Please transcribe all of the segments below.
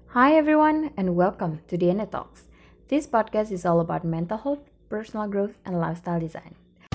Hi everyone and welcome to DNA Talks. This podcast is all about mental health, personal growth, and lifestyle design.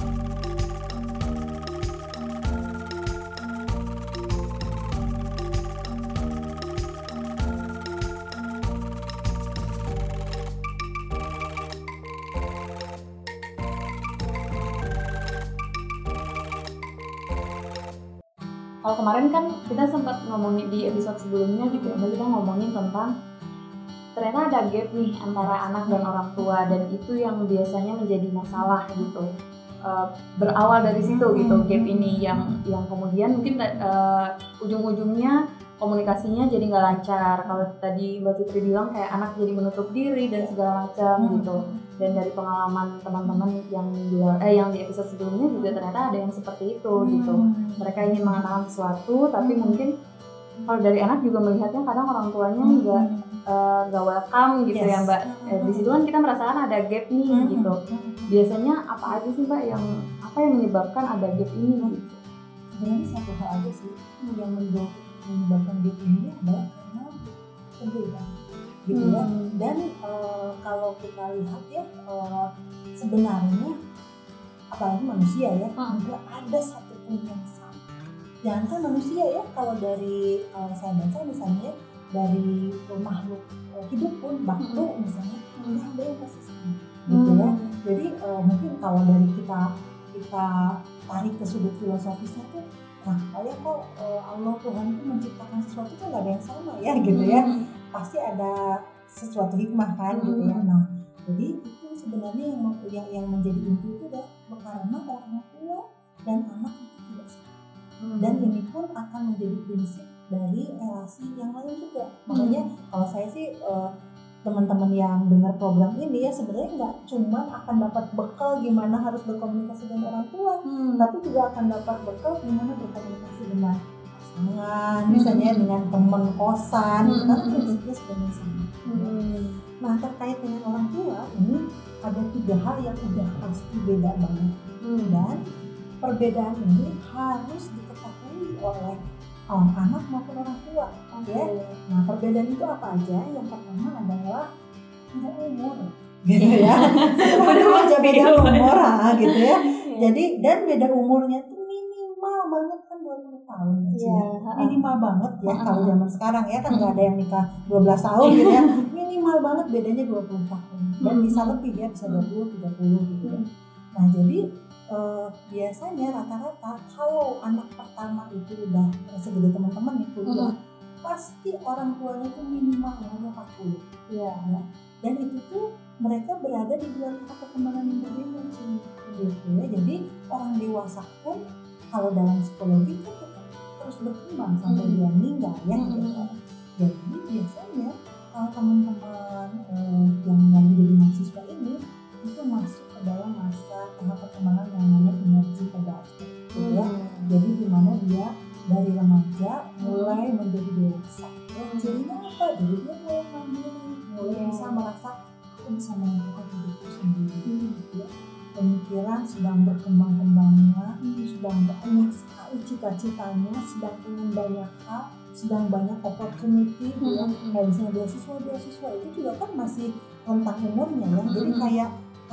Kalau kemarin kan kita sempat ngomongin di episode sebelumnya gitu ya, kita ngomongin tentang ternyata ada gap nih antara anak dan orang tua, dan itu yang biasanya menjadi masalah gitu. Berawal dari situ gitu, gap ini yang kemudian mungkin ujung-ujungnya komunikasinya jadi nggak lancar. Kalau tadi Mbak Fitri bilang kayak anak jadi menutup diri dan segala macam gitu. Dan dari pengalaman teman-teman yang di episode sebelumnya juga ternyata ada yang seperti itu gitu. Mereka ingin mengatakan sesuatu, tapi mungkin kalau dari anak juga melihatnya kadang orang tuanya nggak welcome gitu ya Mbak. Di situ kan kita merasakan ada gap nih gitu. Biasanya apa aja sih Mbak yang menyebabkan ada gap ini gitu? Sebenarnya satu hal aja sih yang menyebabkan gap ini adalah karena perbedaan gitu ya. Dan kalau kita lihat ya sebenarnya apalagi manusia ya, nggak ada satupun yang sama. Jangankan manusia ya, kalau dari saya baca misalnya dari makhluk hidup pun, makhluk misalnya nggak ada yang pasti sama gitu ya. Jadi mungkin kalau dari kita tarik ke sudut filosofisnya tuh, nah kayak kok Allah Tuhan itu menciptakan sesuatu tuh nggak ada yang sama ya gitu ya. Pasti ada sesuatu hikmah kan gitu ya. Nah jadi itu sebenarnya yang menjadi inti itu adalah karena orang tua dan anak itu tidak sama. Dan ini pun akan menjadi prinsip dari relasi yang lain juga. Makanya kalau saya sih teman-teman yang dengar program ini ya sebenarnya nggak cuma akan dapat bekal gimana harus berkomunikasi dengan orang tua, tapi juga akan dapat bekal gimana berkomunikasi dengan pasangan, misalnya dengan teman kosan, karena prinsipnya sebenarnya sama. Nah terkait dengan orang tua ini ada 3 hal yang udah pasti beda banget, dan perbedaan ini harus diketahui oleh anak maupun orang tua. Ya. Nah perbedaan itu apa aja? Yang pertama adalah beda umur, gitu ya. Beda umur, gitu ya. Jadi dan beda umurnya itu minimal banget kan 20 tahun ya. Minimal banget ya kalau zaman sekarang ya kan nggak ada yang nikah 12 tahun gitu ya. Minimal banget bedanya 20 tahun dan bisa lebih ya, bisa 20, 30 gitu ya. Nah jadi biasanya rata-rata kalau anak pertama itu udah segede teman-teman itu ya pasti orang tuanya itu minimal umurnya 40 ya. Dan itu tuh mereka berada di luar perkembangan yang berbeda gitu ya. Jadi orang dewasa pun kalau dalam psikologi itu terus berkembang sampai dia meninggal ya gitu. Jadi biasanya kalau teman-teman yang lagi jadi mahasiswa ini itu masuk ke dalam masa tahap perkembangan yang namanya energi pubertas gitu ya. Jadi dimana dia dari remaja mulai menjadi dewasa ya. Cirinya apa? Jadi dia mulai mandiri, mulai bisa merasa aku bisa menentukan hidupku sendiri gitu ya. Pemikiran sedang berkembang-kembangnya, sedang banyak sekali cita-citanya, sedang ingin banyak hal, sedang banyak opportunity ya. Kayak misalnya beasiswa itu juga kan masih rentang umurnya ya. Jadi kayak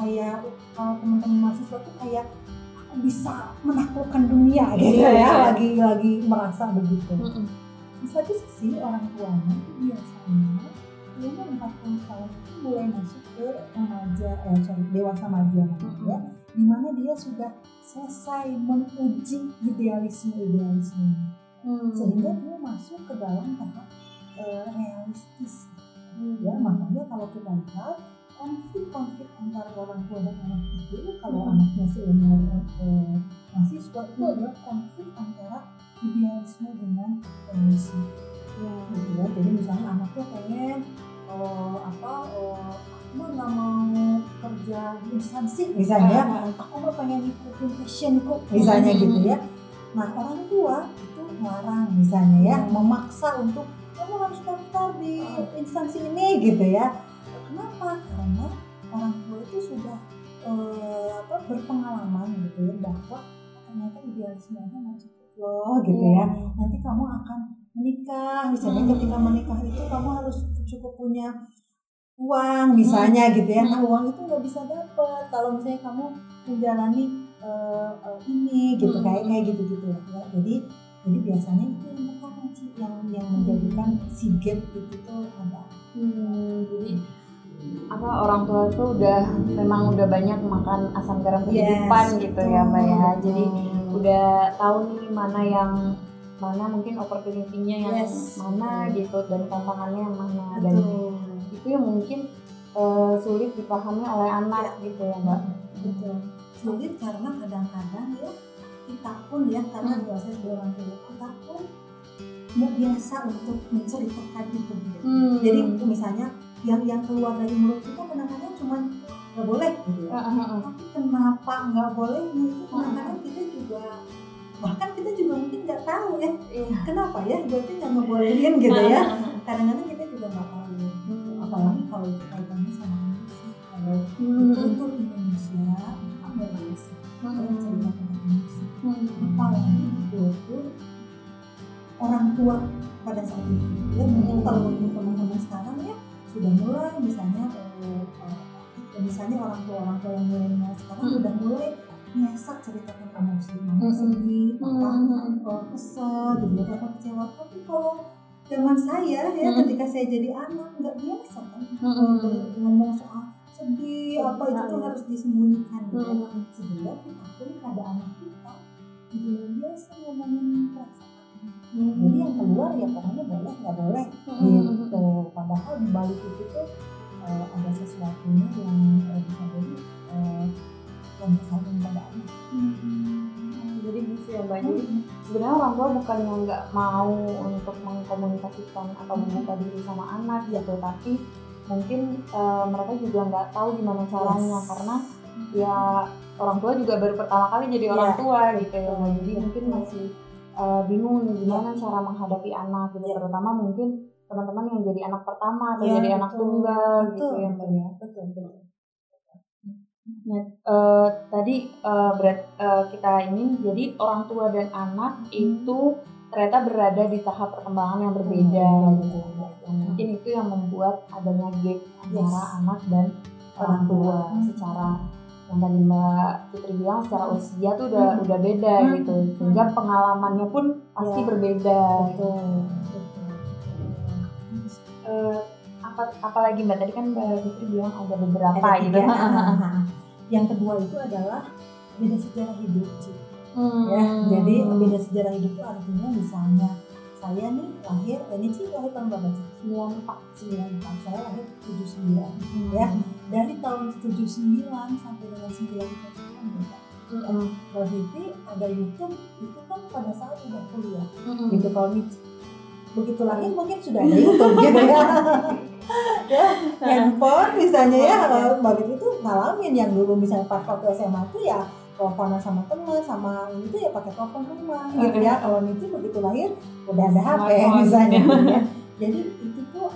kalau teman-teman mahasiswa tuh kayak bisa menaklukkan dunia gitu ya, lagi merasa begitu. Di satu sisi orang tuanya itu biasanya umur 40 tahun itu mulai masuk ke dewasa maja ya, dimana dia sudah selesai menguji idealisme sehingga dia masuk ke dalam tahap realistis ya. Makanya kalau kita lihat konflik antara orang tua dan anak itu, kalau anaknya seumur mahasiswa itu adalah konflik antara idealisme dengan realisme gitu ya. Jadi misalnya anaknya pengen aku nggak mau kerja di instansi misalnya, aku mah pengen ikutin passionku misalnya gitu ya. Nah orang tua itu melarang misalnya ya, memaksa untuk kamu harus daftar di instansi ini gitu ya. Kenapa? Karena orang tua itu sudah berpengalaman gitu ya, bahwa ternyata idealisme nggak cukup loh gitu ya. Nanti kamu akan menikah misalnya, ketika menikah itu kamu harus cukup punya uang misalnya gitu ya. Nah uang itu nggak bisa dapat kalau misalnya kamu menjalani ini gitu kayak gitu ya. Jadi biasanya itu yang menjadikan si gap itu tuh ada. Jadi orang tua itu memang udah banyak makan asam garam kehidupan gitu ya Mbak ya. Jadi udah tahu nih mana mungkin opportunity-nya yang mana gitu dan tantangannya yang mana. Dan itu yang mungkin sulit dipahami oleh anak gitu ya Mbak. Betul. Sulit karena kadang-kadang ya kita pun ya karena proses orang tua kita pun nggak biasa untuk menceritakan itu. Jadi misalnya yang keluar dari mulut kita kadang-kadang cuma nggak boleh gitu ya. Tapi kenapa nggak boleh itu kadang-kadang kita juga bahkan kita juga mungkin nggak tahu ya kenapa ya berarti nggak ngebolehin gitu ya. Kadang-kadang kita juga nggak tahu. Apalagi kalau itu kaitannya sama Indonesia. Kalau untuk Indonesia nggak biasa. Kalau cerita tentang Indonesia. Apalagi itu orang tua pada saat itu. Ya mungkin kalau teman-teman sekarang ya sudah mulai misalnya orang tua yang milenial sekarang sudah mulai biasa cerita tentang emosi, mama sedih, papa kesel, gitu ya, papa kecewa. Tapi kalau zaman saya ya ketika saya jadi anak nggak biasa kan ngomong soal sedih apa itu tuh harus disembunyikan gitu. Sehingga kita pun pada anak kita tidak biasa ngomongin perasaan. Jadi yang keluar ya pokoknya boleh nggak boleh gitu. Padahal di balik itu tuh ada sesuatunya yang bisa jadi yang disayang pada anak. Jadi gitu ya Mbak. Jadi sebenarnya orang tua bukannya nggak mau untuk mengkomunikasikan atau membuka diri sama anak gitu, tapi mungkin mereka juga nggak tahu gimana caranya karena ya orang tua juga baru pertama kali jadi orang tua gitu ya. Jadi mungkin masih bingung nih gimana cara menghadapi anak gitu, terutama mungkin teman-teman yang jadi anak pertama atau jadi anak tunggal gitu ya Mbak ya. Betul. Nah, tadi kita ini jadi orang tua dan anak itu ternyata berada di tahap perkembangan yang berbeda gitu. Mungkin itu yang membuat adanya gap antara anak dan orang tua secara yang tadi Mbak Fitri bilang secara usia tuh udah beda gitu, sehingga pengalamannya pun pasti berbeda gitu. Apalagi Mbak tadi kan Mbak Fitri bilang ada beberapa gitu. Yang kedua itu adalah beda sejarah hidup sih. Ya, jadi beda sejarah hidup itu artinya misalnya saya nih lahir tahun berapa sih? 94. Saya lahir 79. Ya, dari tahun 79 sampai dengan 90 kan beda. Berarti ada YouTube itu kan pada saat udah kuliah. Gitu kalau begitu lahir mungkin sudah ada YouTube gitu ya. Ya, handphone misalnya ya, Mbak Fitri itu ngalamin yang dulu misalnya pas waktu SMA itu ya teleponan sama teman sama itu ya pakai telepon rumah gitu ya. Kalau Nici begitu lahir udah ada HP misalnya gitu ya. Jadi itu tuh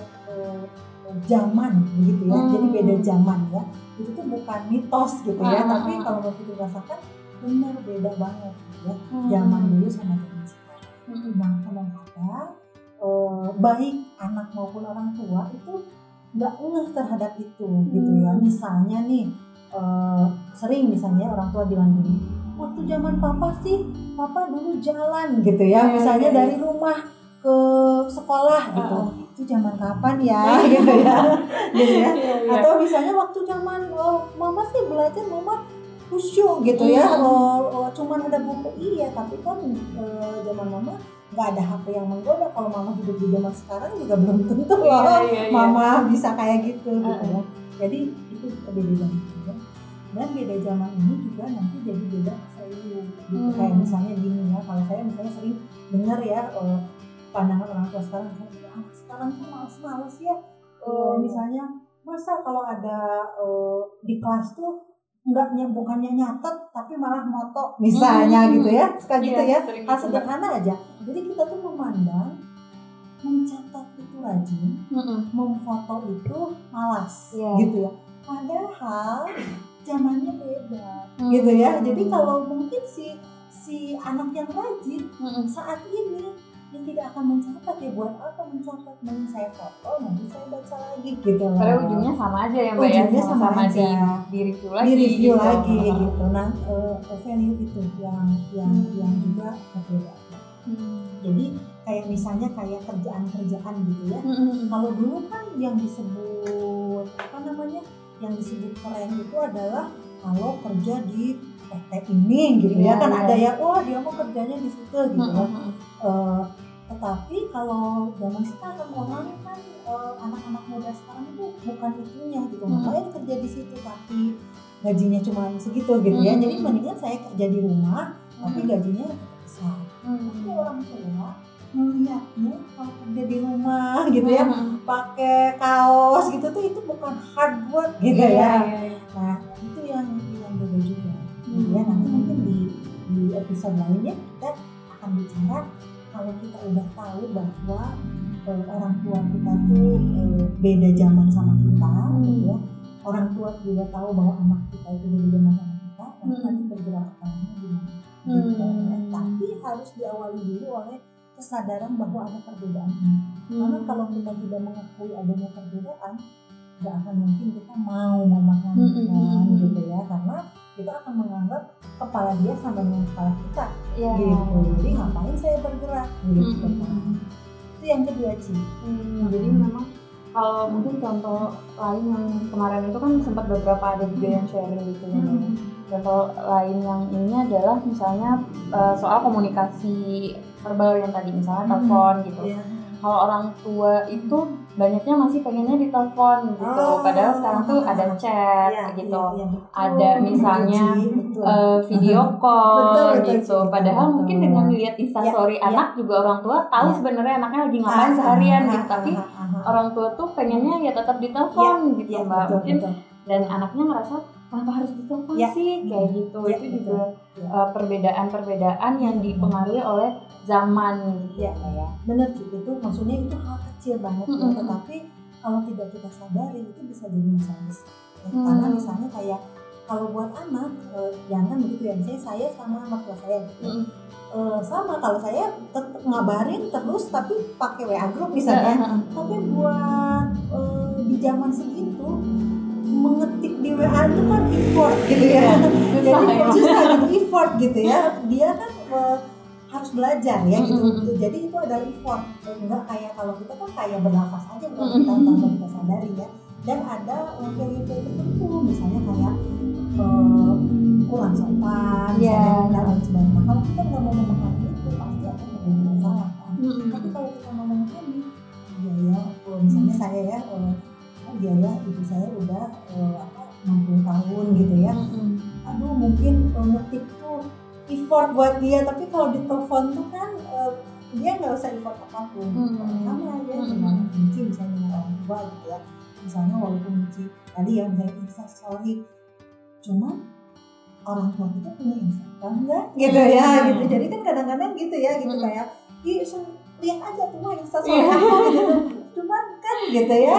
zaman begitu ya. Jadi beda zaman ya. Itu tuh bukan mitos gitu ya, tapi kalau Mbak Fitri rasakan benar beda banget gitu ya. Zaman dulu sama zaman sekarang. Nah, kadang-kadang baik anak maupun orang tua itu nggak ngeh terhadap itu gitu ya. Misalnya nih sering misalnya orang tua bilang gini, waktu zaman papa sih papa dulu jalan gitu ya, misalnya dari rumah ke sekolah gitu, itu zaman kapan ya gitu ya, gitu ya. Atau misalnya waktu zaman mama sih belajar mama khusyuk gitu ya, cuman ada buku iya, tapi kan zaman mama nggak ada HP yang menggoda. Kalau mama hidup di zaman sekarang juga belum tentu mama bisa kayak gitu gitu ya. Jadi itu beda zaman juga. Dan beda zaman ini juga nanti jadi beda value gitu. Kayak misalnya gini ya, kalau saya misalnya sering dengar ya pandangan orang tua sekarang, misalnya anak sekarang tuh males-males ya, misalnya masa kalau ada di kelas tuh bukannya nyatet tapi malah moto misalnya gitu ya, suka gitu ya, hal sederhana aja. Jadi kita tuh memandang mencatat itu rajin, memfoto itu malas gitu ya. Padahal zamannya beda gitu ya. Jadi kalau mungkin si anak yang rajin saat ini ya tidak akan mencatat, ya buat apa mencatat, mending saya foto nanti saya baca lagi gitu lah. Padahal ujungnya sama aja ya Mbak Ujungnya ya, sama sama-sama aja. di review lagi. Di review gitu. lagi gitu. Nah value itu yang juga berbeda. Jadi kayak misalnya kayak kerjaan-kerjaan gitu ya. Kalau dulu kan yang disebut apa namanya, yang disebut keren itu adalah kalau kerja di PT ini gitu ya kan, ada ya, wah dia mau kerjanya di situ gitu kan. Tetapi kalau zaman sekarang orang kan anak-anak muda sekarang itu bukan itunya gitu, makanya kerja di situ tapi gajinya cuma segitu gitu ya. Jadi mendingan saya kerja di rumah tapi gajinya besar. Tapi orang tua melihatnya kalau kerja di rumah gitu ya, pakai kaos gitu tuh itu bukan hard work gitu ya. Nah itu yang beda juga. Ya nanti mungkin di episode lainnya kita akan bicara kalau kita udah tahu bahwa orang tua kita tuh beda zaman sama kita gitu ya. Orang tua juga tahu bahwa anak kita itu beda zaman sama kita, nanti bergerak ke arahnya gimana gitu ya. Tapi harus diawali dulu oleh kesadaran bahwa ada perbedaan ini. Karena kalau kita tidak mengakui adanya perbedaan, nggak akan mungkin kita mau memahami gitu ya, karena kita akan menganggap kepala dia sama dengan kepala kita gitu. Jadi ngapain saya bergerak gitu kan. Itu yang kedua Ci. Jadi memang kalau mungkin contoh lain yang kemarin itu kan sempat beberapa ada juga yang sharing gitu ya. Contoh lain yang ini adalah misalnya soal komunikasi verbal yang tadi misalnya telepon gitu. Kalau orang tua itu banyaknya masih pengennya di telepon gitu, padahal sekarang tuh ada chat gitu, ada misalnya video call gitu. Padahal mungkin dengan lihat instastory anak juga orang tua tahu sebenarnya anaknya lagi ngapain seharian gitu, tapi orang tua tuh pengennya ya tetap di telepon gitu Mbak. Mungkin dan anaknya ngerasa kenapa harus ditelepon sih kayak gitu. Itu juga perbedaan-perbedaan yang dipengaruhi oleh zaman gitu ya. Benar sih, itu maksudnya itu hal kecil banget ya, tetapi kalau tidak kita sadari itu bisa jadi masalah besar ya. Karena misalnya kayak kalau buat anak jangan begitu ya, misalnya saya sama mertua saya gitu. Sama kalau saya tetap ngabarin terus tapi pakai WA group misalnya. Tapi buat di zaman segitu mengetik di WA itu kan effort gitu ya. Jadi susah gitu, effort gitu ya. Dia kan harus belajar ya gitu. Jadi itu adalah effort. Enggak kayak kalau kita kan kayak bernafas aja kalau kita tanpa kita sadari ya. Dan ada value tertentu misalnya kayak kurang sopan misalnya dan sebagainya. Nah, kalau kita nggak mau memahami itu pasti akan menjadi masalah kan. Tapi kalau kita mau memahami, misalnya saya ya, ibu saya udah 60 tahun gitu ya. Aduh mungkin ngetik tuh effort buat dia, tapi kalau di telepon tuh kan dia nggak usah effort apapun. Sama aja dengan Michi misalnya dengan orang tua gitu ya. Misalnya walaupun Michi tadi ya misalnya instastory, cuma orang tua kita punya Instagram nggak gitu ya gitu. Jadi kan kadang-kadang gitu ya gitu kayak lihat aja tuh mah instastory aku gitu. Cuman kan gitu ya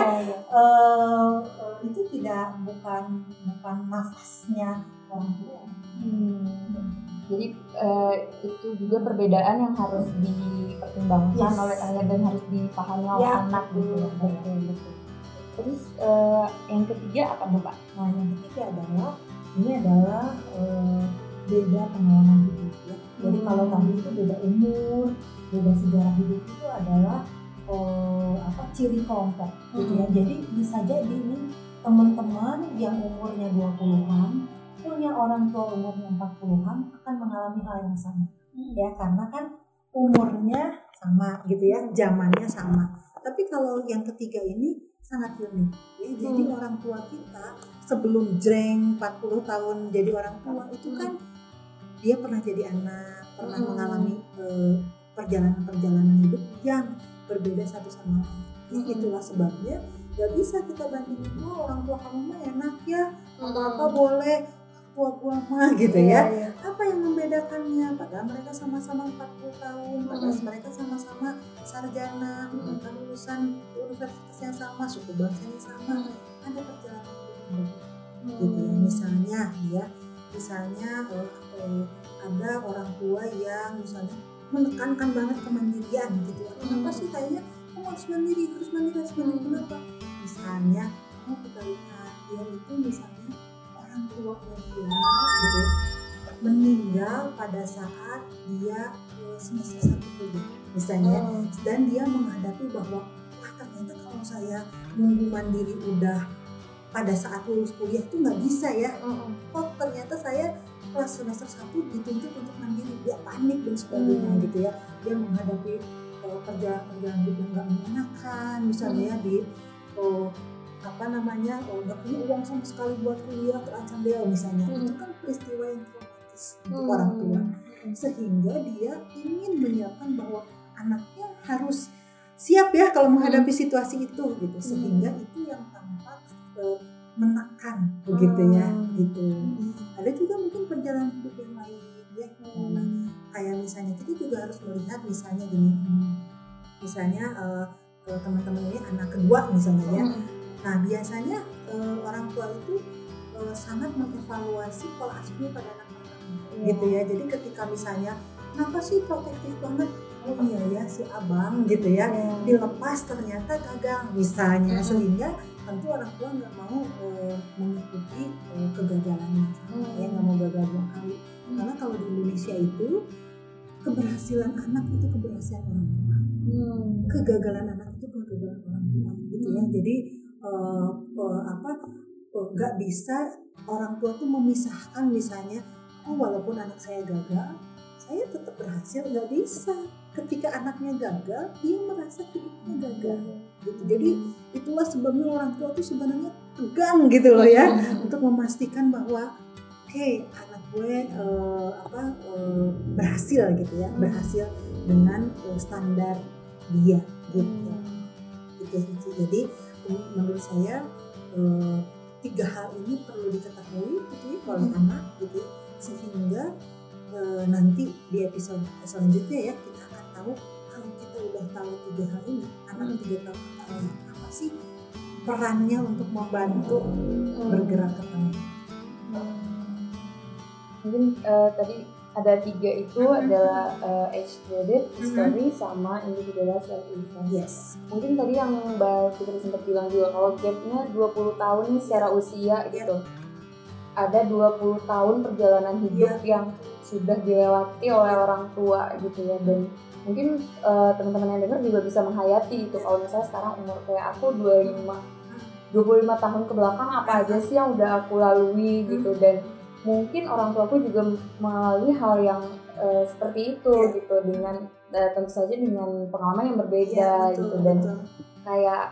itu bukan nafasnya orang tua. Jadi itu juga perbedaan yang harus dipertimbangkan oleh ayah dan harus dipahami oleh anak gitu. Betul. Terus yang ketiga apa tuh Pak? Nah yang ketiga adalah beda pengalaman hidup ya. Jadi kalau tadi itu beda umur, beda sejarah hidup itu adalah ciri kelompok gitu ya. Jadi bisa jadi nih teman-teman yang umurnya 20-an punya orang tua umurnya 40-an akan mengalami hal yang sama ya, karena kan umurnya sama gitu ya, zamannya sama. Tapi kalau yang ketiga ini sangat unik ya. Jadi orang tua kita sebelum jreng 40 tahun jadi orang tua itu kan dia pernah jadi anak, pernah mengalami perjalanan hidup yang berbeda satu sama lain. Itulah sebabnya gak bisa kita bandingin, orang tua kamu mah enak ya, apa-apa boleh, tua gua mah gitu ya. Apa yang membedakannya? Padahal mereka sama-sama 40 tahun, padahal mereka sama-sama sarjana, mereka lulusan universitas yang sama, suku bangsanya sama, ada perjalanan hidup gitu ya. Misalnya ada orang tua yang misalnya menekankan banget kemandirian gitu ya. Kenapa sih kayaknya kamu harus mandiri kenapa? Misalnya kamu kita lihat dia itu misalnya orang tuanya dia gitu meninggal pada saat dia semester 1 kuliah misalnya, dan dia menghadapi bahwa ternyata kalau saya nunggu mandiri udah pada saat lulus kuliah tuh nggak bisa ya. Ternyata saya kelas semester 1 dituntut untuk mandiri, dia panik dan sebagainya gitu ya. Dia menghadapi kerjaan hidup yang nggak menyenangkan misalnya di nggak punya uang sama sekali buat kuliah, terancam dia misalnya. Itu kan peristiwa yang traumatis untuk orang tua, sehingga dia ingin menyiapkan bahwa anaknya harus siap ya kalau menghadapi situasi itu gitu, sehingga itu yang tampak menekan begitu ya gitu. Ada juga mungkin perjalanan hidup yang lain ya, kayak misalnya kita juga harus melihat misalnya gini, misalnya teman-teman ini anak kedua misalnya ya. Nah biasanya orang tua itu sangat mengevaluasi pola asuhnya pada anak gitu ya. Jadi ketika misalnya kenapa sih protektif banget, oh iya ya si abang gitu ya, dilepas ternyata gagal misalnya, sehingga tentu orang tua nggak mau mengikuti kegagalannya, ya nggak mau gagal 2 kali. Karena kalau di Indonesia itu keberhasilan anak itu keberhasilan orang tua, kegagalan anak itu kegagalan orang tua gitu ya. Jadi nggak bisa orang tua tuh memisahkan misalnya, oh walaupun anak saya gagal, saya tetap berhasil, nggak bisa. Ketika anaknya gagal, dia merasa hidupnya gagal. Gitu. Jadi itulah sebabnya orang tua tuh sebenarnya tegang gitu loh ya, untuk memastikan bahwa oke, anak gue berhasil gitu ya, berhasil dengan standar dia gitu. Gitu sih. Jadi menurut saya 3 hal ini perlu diketahui gitu ya oleh anak gitu, sehingga nanti di episode selanjutnya ya kita akan tahu, kalau kita udah tahu 3 hal ini, anak juga tahu apa sih perannya untuk membantu bergerak ke depan. Mungkin tadi ada 3 itu adalah age-graded, history, sama individual self-defense. Yes. Mungkin tadi yang Mbak Fitri sempat bilang juga, kalau gapnya 20 tahun secara usia gitu. Ada 20 tahun perjalanan hidup yang sudah dilewati oleh orang tua gitu ya. Dan mungkin teman-teman yang dengar juga bisa menghayati itu. Kalau misalnya sekarang umur kayak aku 25 tahun ke belakang, apa aja sih yang udah aku lalui gitu. Dan mungkin orang tuaku juga melalui hal yang seperti itu gitu, dengan tentu saja dengan pengalaman yang berbeda gitu. Dan kayak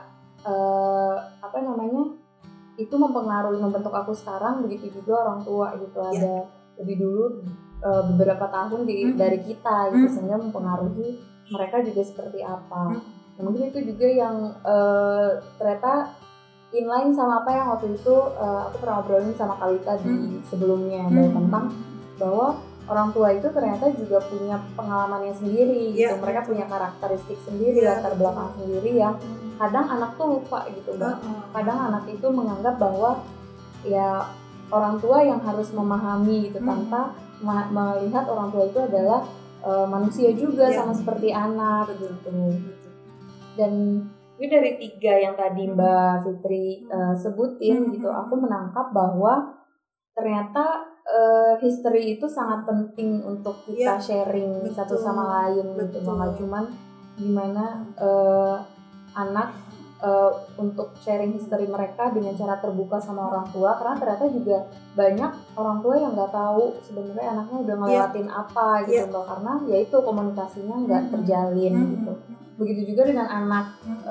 itu membentuk aku sekarang, begitu juga orang tua gitu. Ada lebih dulu beberapa tahun dari kita gitu, sehingga mempengaruhi mereka juga seperti apa. Nah, mungkin itu juga yang ternyata inline sama apa yang waktu itu aku pernah ngobrolin sama Kalita di sebelumnya, tentang bahwa orang tua itu ternyata juga punya pengalamannya sendiri gitu. Mereka punya karakteristik sendiri, latar belakang sendiri yang kadang anak tuh lupa gitu, Mbak. Kadang anak itu menganggap bahwa ya orang tua yang harus memahami gitu, tanpa melihat orang tua itu adalah manusia juga, sama seperti anak gitu. Dan dari 3 yang tadi Mbak Fitri sebutin gitu, aku menangkap bahwa ternyata history itu sangat penting untuk kita sharing satu sama lain gitu. Nggak cuman gimana anak untuk sharing history mereka dengan cara terbuka sama orang tua, karena ternyata juga banyak orang tua yang nggak tahu sebenarnya anaknya udah ngelewatin apa gitu Mbak, karena ya itu komunikasinya nggak terjalin gitu. Begitu juga dengan anak,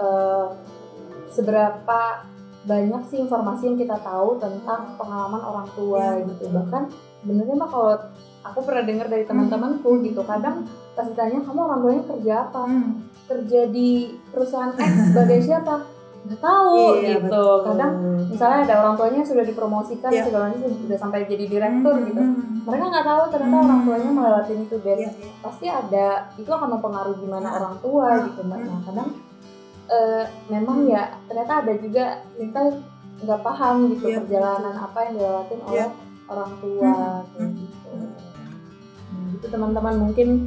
seberapa banyak sih informasi yang kita tahu tentang pengalaman orang tua gitu. Bahkan sebenarnya Mbak, kalau aku pernah dengar dari teman-temanku gitu, kadang pas ditanya kamu orang tuanya kerja apa, kerja di perusahaan X sebagai siapa, nggak tahu gitu. Betul. Kadang misalnya ada orang tuanya sudah dipromosikan segala macam, sudah sampai jadi direktur gitu, mereka nggak tahu ternyata orang tuanya melewati itu. Dan pasti ada, itu akan mempengaruhi gimana orang tua gitu Mbak. Nah kadang memang ya ternyata ada juga kita nggak paham gitu perjalanan apa yang dilewatin oleh orang tua gitu. Itu teman-teman mungkin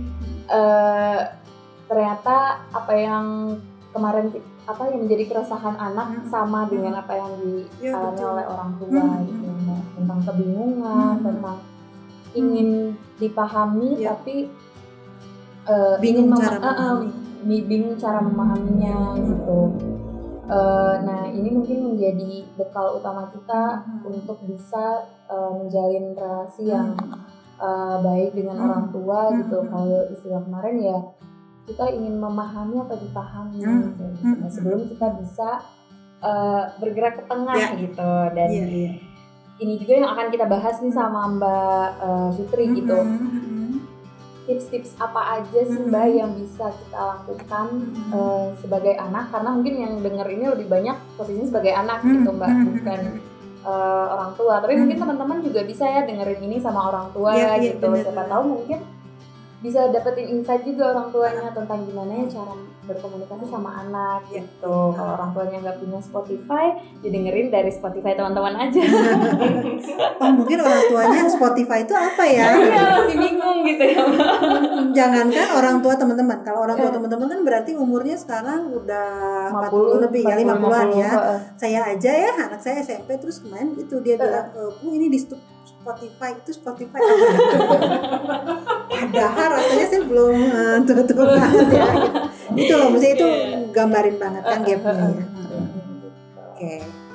ternyata apa yang kemarin yang menjadi keresahan anak sama dengan apa yang dialami oleh orang tua gitu, tentang kebingungan, tentang ingin dipahami tapi bingung cara memahaminya gitu. Nah ini mungkin menjadi bekal utama kita untuk bisa menjalin relasi yang baik dengan orang tua gitu. Kalau istilah kemarin ya kita ingin memahami atau dipahami gitu. Nah, sebelum kita bisa bergerak ke tengah gitu. Dan ini juga yang akan kita bahas nih sama Mbak Fitri gitu. Tips-tips apa aja sih Mbak yang bisa kita lakukan sebagai anak, karena mungkin yang denger ini lebih banyak posisinya sebagai anak gitu Mbak, bukan orang tua, tapi mungkin teman-teman juga bisa ya dengerin ini sama orang tua gitu, siapa tahu mungkin bisa dapetin insight juga orang tuanya tentang gimana ya cara berkomunikasi sama anak gitu. Kalau orang tuanya nggak punya Spotify, didengerin dari Spotify teman-teman aja. Mungkin orang tuanya Spotify itu apa ya? Iya, masih bingung gitu ya. Jangankan orang tua teman-teman, kalau orang tua teman-teman kan berarti umurnya sekarang udah 40 lebih ya, 50-an ya. Saya aja ya, anak saya SMP terus kemarin itu dia bilang, "Bu, ini di Spotify itu Spotify apa?" Padahal rasanya saya belum tua-tua banget ya. Itu loh, maksudnya itu gambarin banget kan gapnya ya. Oke.